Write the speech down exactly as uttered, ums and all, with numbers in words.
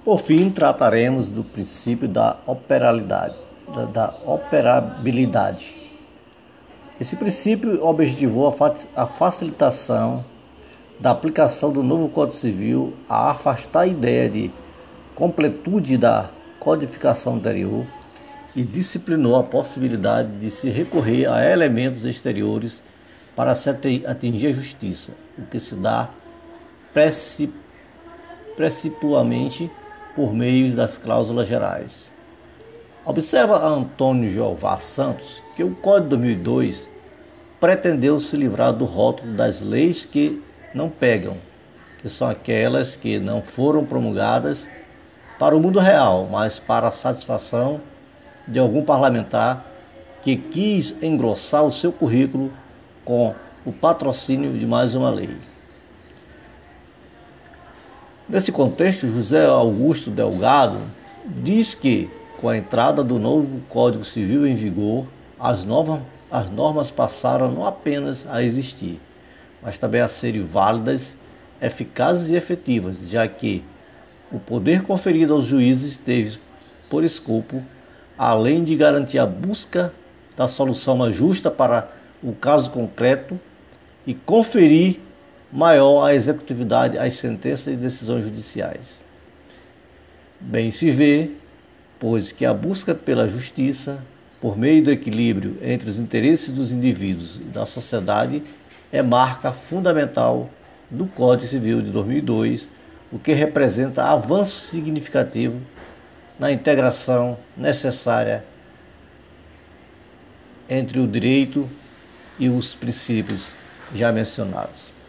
Por fim, trataremos do princípio da operabilidade. Da, da operabilidade. Esse princípio objetivou a, fa a facilitação da aplicação do novo Código Civil, a afastar a ideia de completude da codificação anterior e disciplinou a possibilidade de se recorrer a elementos exteriores para se atingir a justiça, o que se dá principalmente por meio das cláusulas gerais. Observa Antônio Jeová Santos que o Código de dois mil e dois pretendeu se livrar do rótulo das leis que não pegam, que são aquelas que não foram promulgadas para o mundo real, mas para a satisfação de algum parlamentar que quis engrossar o seu currículo com o patrocínio de mais uma lei. Nesse contexto, José Augusto Delgado diz que, com a entrada do novo Código Civil em vigor, as, novas, as normas passaram não apenas a existir, mas também a serem válidas, eficazes e efetivas, já que o poder conferido aos juízes teve por escopo, além de garantir a busca da solução mais justa para o caso concreto e conferir maior a executividade às sentenças e decisões judiciais. Bem se vê, pois, que a busca pela justiça, por meio do equilíbrio entre os interesses dos indivíduos e da sociedade, é marca fundamental do Código Civil de dois mil e dois, o que representa avanço significativo na integração necessária entre o direito e os princípios já mencionados.